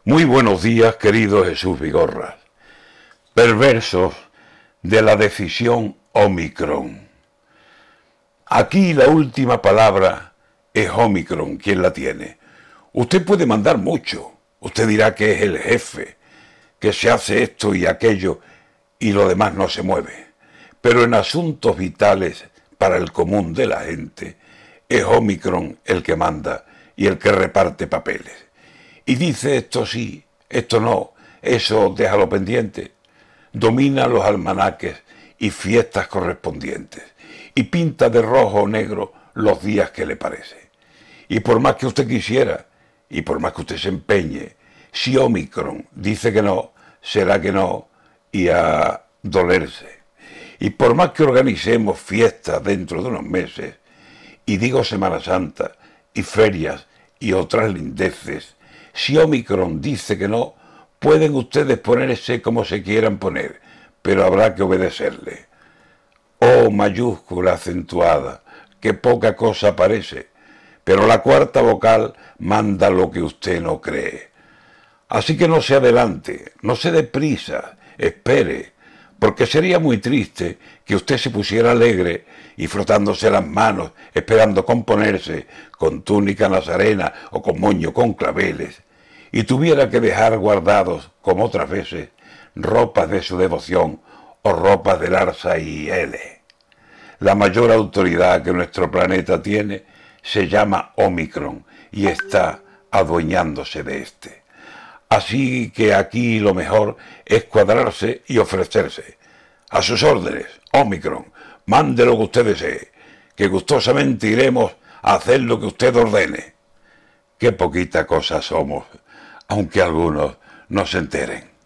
Muy buenos días, querido Jesús Vigorra. Perversos de la decisión Omicron. Aquí la última palabra es Omicron, quien la tiene. Usted puede mandar mucho. Usted dirá que es el jefe, que se hace esto y aquello y lo demás no se mueve. Pero en asuntos vitales para el común de la gente, es Omicron el que manda y el que reparte papeles. Y dice esto sí, esto no, eso déjalo pendiente. Domina los almanaques y fiestas correspondientes. Y pinta de rojo o negro los días que le parece. Y por más que usted quisiera, y por más que usted se empeñe, si Omicron dice que no, será que no, y a dolerse. Y por más que organicemos fiestas dentro de unos meses, y digo Semana Santa, y ferias, y otras lindeces, si Omicron dice que no, pueden ustedes ponerse como se quieran poner, pero habrá que obedecerle. O mayúscula acentuada, que poca cosa parece, pero la cuarta vocal manda lo que usted no cree. Así que no se adelante, no se dé prisa, espere, porque sería muy triste que usted se pusiera alegre y frotándose las manos, esperando componerse con túnica nazarena o con moño con claveles, y tuviera que dejar guardados, como otras veces, ropas de su devoción o ropas del Arsa y L. La mayor autoridad que nuestro planeta tiene se llama Omicron y está adueñándose de este. Así que aquí lo mejor es cuadrarse y ofrecerse. A sus órdenes, Omicron, mande lo que usted desee, que gustosamente iremos a hacer lo que usted ordene. Qué poquita cosa somos, aunque algunos no se enteren.